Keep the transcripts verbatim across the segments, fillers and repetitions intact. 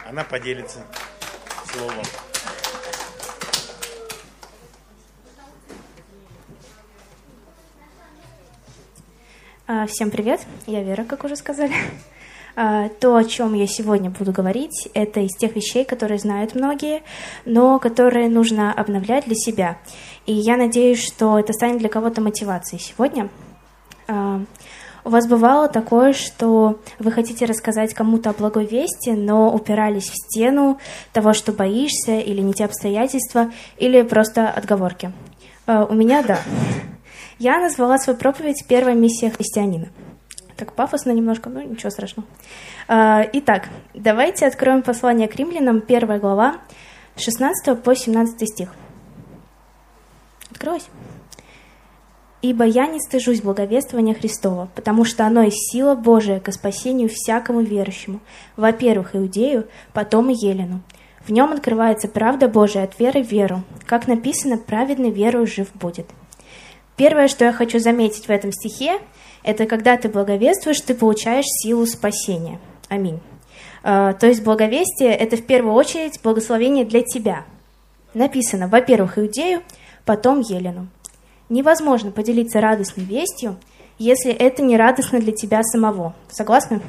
Она поделится словом. Всем привет, я Вера, как уже сказали. То, о чем я сегодня буду говорить, это из тех вещей, которые знают многие, но которые нужно обновлять для себя. И я надеюсь, что это станет для кого-то мотивацией сегодня. У вас бывало такое, что вы хотите рассказать кому-то о благой вести, но упирались в стену того, что боишься, или не те обстоятельства, или просто отговорки? У меня да. Я назвала свою проповедь «Первая миссия христианина». Так пафосно немножко, но ничего страшного. Итак, давайте откроем послание к римлянам, первая глава, шестнадцатый по семнадцатый стих. Открылось? «Ибо я не стыжусь благовествования Христова, потому что оно есть сила Божия ко спасению всякому верующему, во-первых, иудею, потом и елену. В нем открывается правда Божия от веры в веру, как написано, праведный верою жив будет». Первое, что я хочу заметить в этом стихе, это когда ты благовествуешь, ты получаешь силу спасения. Аминь. То есть благовестие – это в первую очередь благословение для тебя. Написано, во-первых, иудею, потом елену. Невозможно поделиться радостной вестью, если это не радостно для тебя самого. Согласны?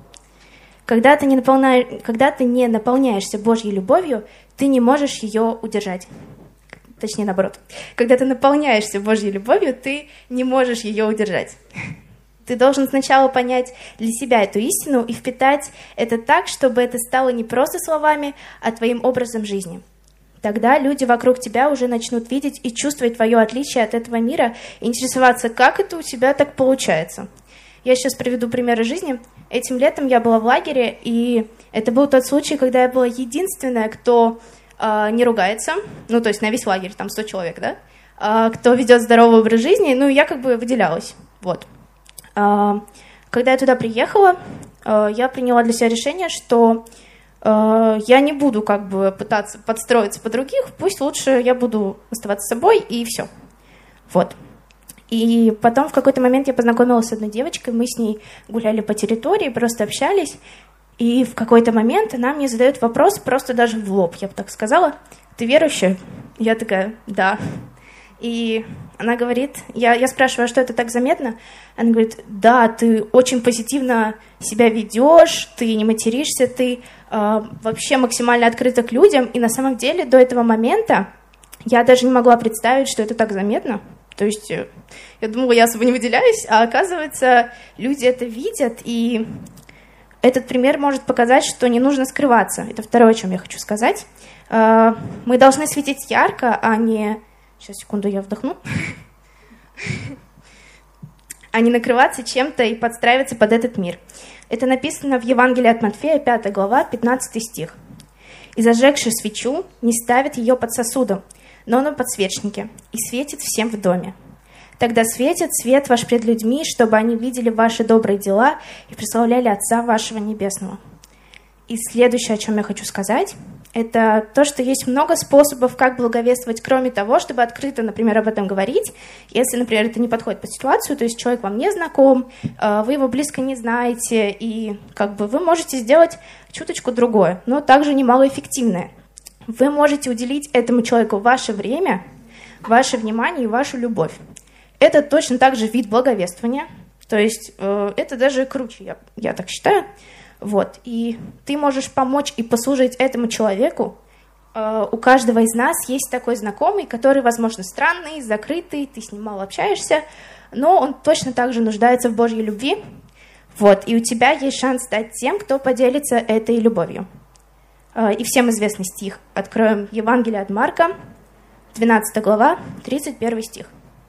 Когда ты не наполняешь, когда ты не наполняешься Божьей любовью, ты не можешь ее удержать. Точнее, наоборот. Когда ты наполняешься Божьей любовью, ты не можешь ее удержать. Ты должен сначала понять для себя эту истину и впитать это так, чтобы это стало не просто словами, а твоим образом жизни. Тогда люди вокруг тебя уже начнут видеть и чувствовать твое отличие от этого мира и интересоваться, как это у тебя так получается. Я сейчас приведу примеры жизни. Этим летом я была в лагере, и это был тот случай, когда я была единственная, кто э, не ругается, ну, то есть на весь лагерь, там сто человек, да, э, кто ведет здоровый образ жизни, ну, я как бы выделялась, вот. Э, когда я туда приехала, э, я приняла для себя решение, что я не буду как бы пытаться подстроиться под других, пусть лучше я буду оставаться собой, и все. Вот. И потом в какой-то момент я познакомилась с одной девочкой, мы с ней гуляли по территории, просто общались, и в какой-то момент она мне задает вопрос, просто даже в лоб, я бы так сказала: «Ты верующая?» Я такая: «Да». И она говорит, я, я спрашиваю, а что это так заметно? Она говорит: «Да, ты очень позитивно себя ведешь, ты не материшься, ты э, вообще максимально открыта к людям». И на самом деле до этого момента я даже не могла представить, что это так заметно. То есть я думала, я особо не выделяюсь, а оказывается, люди это видят, и этот пример может показать, что не нужно скрываться. Это второе, о чем я хочу сказать. Э, мы должны светить ярко, а не... Сейчас, секунду, я вдохну. А не накрываться чем-то и подстраиваться под этот мир. Это написано в Евангелии от Матфея, пятая глава, пятнадцатый стих. «И зажегший свечу не ставит ее под сосудом, но на подсвечнике, и светит всем в доме. Тогда светит свет ваш пред людьми, чтобы они видели ваши добрые дела и прославляли Отца вашего Небесного». И следующее, о чем я хочу сказать, это то, что есть много способов, как благовествовать, кроме того, чтобы открыто, например, об этом говорить. Если, например, это не подходит под ситуацию, то есть человек вам не знаком, вы его близко не знаете, и как бы вы можете сделать чуточку другое, но также немалоэффективное. Вы можете уделить этому человеку ваше время, ваше внимание и вашу любовь. Это точно так же вид благовествования, то есть это даже круче, я, я так считаю. Вот. И ты можешь помочь и послужить этому человеку. У каждого из нас есть такой знакомый, который, возможно, странный, закрытый, ты с ним мало общаешься, но он точно так же нуждается в Божьей любви. Вот. И у тебя есть шанс стать тем, кто поделится этой любовью. И всем известный стих. Откроем Евангелие от Марка, двенадцатая глава, тридцать первый стих.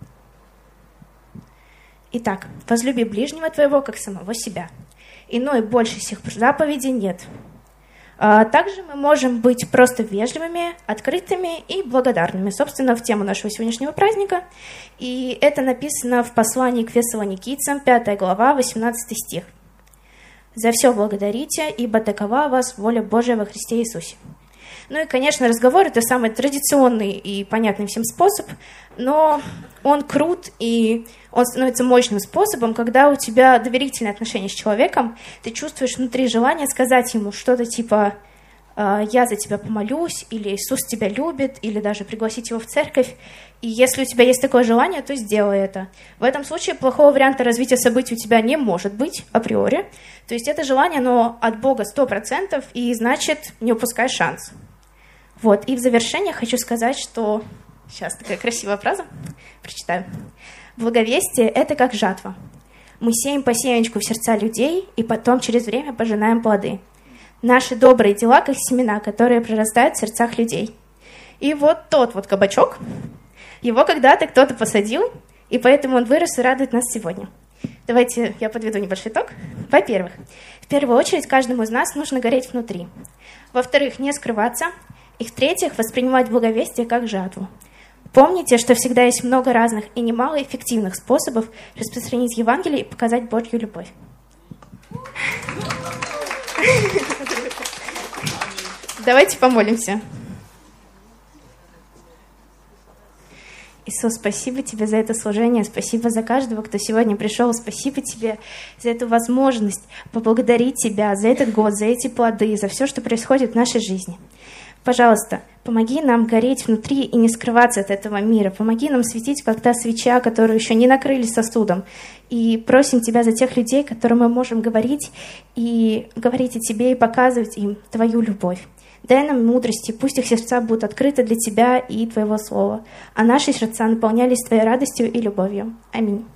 «Итак, возлюби ближнего твоего, как самого себя. Иной больше сих заповедей нет». Также мы можем быть просто вежливыми, открытыми и благодарными, собственно, в тему нашего сегодняшнего праздника. И это написано в послании к Фессалоникийцам, пятая глава, восемнадцатый стих. «За все благодарите, ибо такова у вас воля Божия во Христе Иисусе». Ну и, конечно, разговор — это самый традиционный и понятный всем способ, но он крут, и он становится мощным способом, когда у тебя доверительные отношения с человеком, ты чувствуешь внутри желание сказать ему что-то типа я за тебя помолюсь, или Иисус тебя любит, или даже пригласить его в церковь. И если у тебя есть такое желание, то сделай это. В этом случае плохого варианта развития событий у тебя не может быть априори. То есть это желание, оно от Бога сто процентов, и значит, не упускай шанс. Вот. И в завершение хочу сказать, что... Сейчас такая красивая фраза. Прочитаю. Благовестие — это как жатва. Мы сеем по семечку в сердца людей, и потом через время пожинаем плоды. Наши добрые дела, как семена, которые прорастают в сердцах людей. И вот тот вот кабачок, его когда-то кто-то посадил, и поэтому он вырос и радует нас сегодня. Давайте я подведу небольшой итог. Во-первых, в первую очередь каждому из нас нужно гореть внутри. Во-вторых, не скрываться. И в-третьих, воспринимать благовестие как жатву. Помните, что всегда есть много разных и немало эффективных способов распространить Евангелие и показать Божью любовь. Давайте помолимся. Иисус, спасибо Тебе за это служение, спасибо за каждого, кто сегодня пришел, спасибо Тебе за эту возможность поблагодарить Тебя за этот год, за эти плоды, за все, что происходит в нашей жизни. Пожалуйста, помоги нам гореть внутри и не скрываться от этого мира. Помоги нам светить, как та свеча, которую еще не накрыли сосудом. И просим Тебя за тех людей, которым мы можем говорить, и говорить о Тебе, и показывать им Твою любовь. Дай нам мудрости, пусть их сердца будут открыты для Тебя и Твоего Слова, а наши сердца наполнялись Твоей радостью и любовью. Аминь.